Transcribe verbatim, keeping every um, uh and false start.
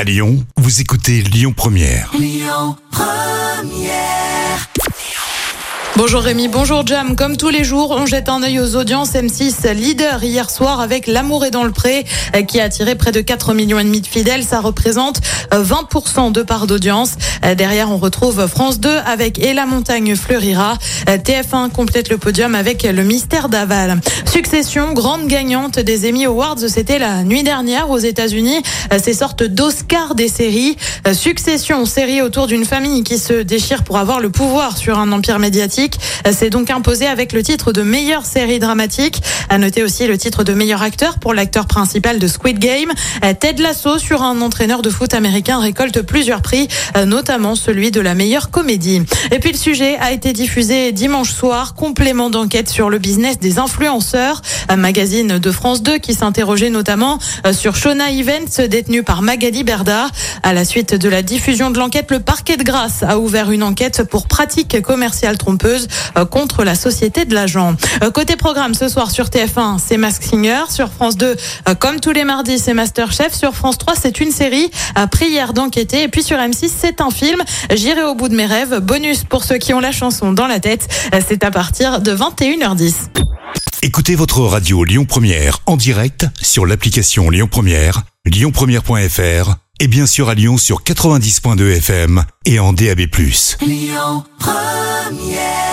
À Lyon, vous écoutez Lyon Première. Lyon Première. Bonjour Rémi, bonjour Jam. Comme tous les jours, on jette un œil aux audiences. M six leader hier soir avec L'amour est dans le pré qui a attiré près de quatre millions et demi de fidèles. Ça représente vingt pour cent de part d'audience. Derrière, on retrouve France deux avec Et la montagne fleurira. T F un complète le podium avec Le mystère d'Aval. Succession, grande gagnante des Emmy Awards, c'était la nuit dernière aux États-Unis. Ces sortes d'Oscars des séries. Succession, série autour d'une famille qui se déchire pour avoir le pouvoir sur un empire médiatique. C'est donc imposé avec le titre de meilleure série dramatique. À noter aussi le titre de meilleur acteur pour l'acteur principal de Squid Game. Ted Lasso sur un entraîneur de foot américain récolte plusieurs prix, notamment celui de la meilleure comédie. Et puis le sujet a été diffusé dimanche soir, complément d'enquête sur le business des influenceurs. Un magazine de France deux qui s'interrogeait notamment sur Shona Events, détenue par Magali Berda. À la suite de la diffusion de l'enquête, le parquet de Grasse a ouvert une enquête pour pratique commerciale trompeuse contre la société de l'agent. Côté programme, ce soir sur T F un, c'est Masked Singer. Sur France deux, comme tous les mardis, c'est Masterchef. Sur France trois, c'est une série, Prière d'enquêter. Et puis sur M six, c'est un film, J'irai au bout de mes rêves. Bonus pour ceux qui ont la chanson dans la tête. C'est à partir de vingt et une heures dix. Écoutez votre radio Lyon Première en direct sur l'application Lyon Première, lyon première point f r et bien sûr à Lyon sur quatre-vingt-dix point deux F M et en D A B plus. Lyon Première.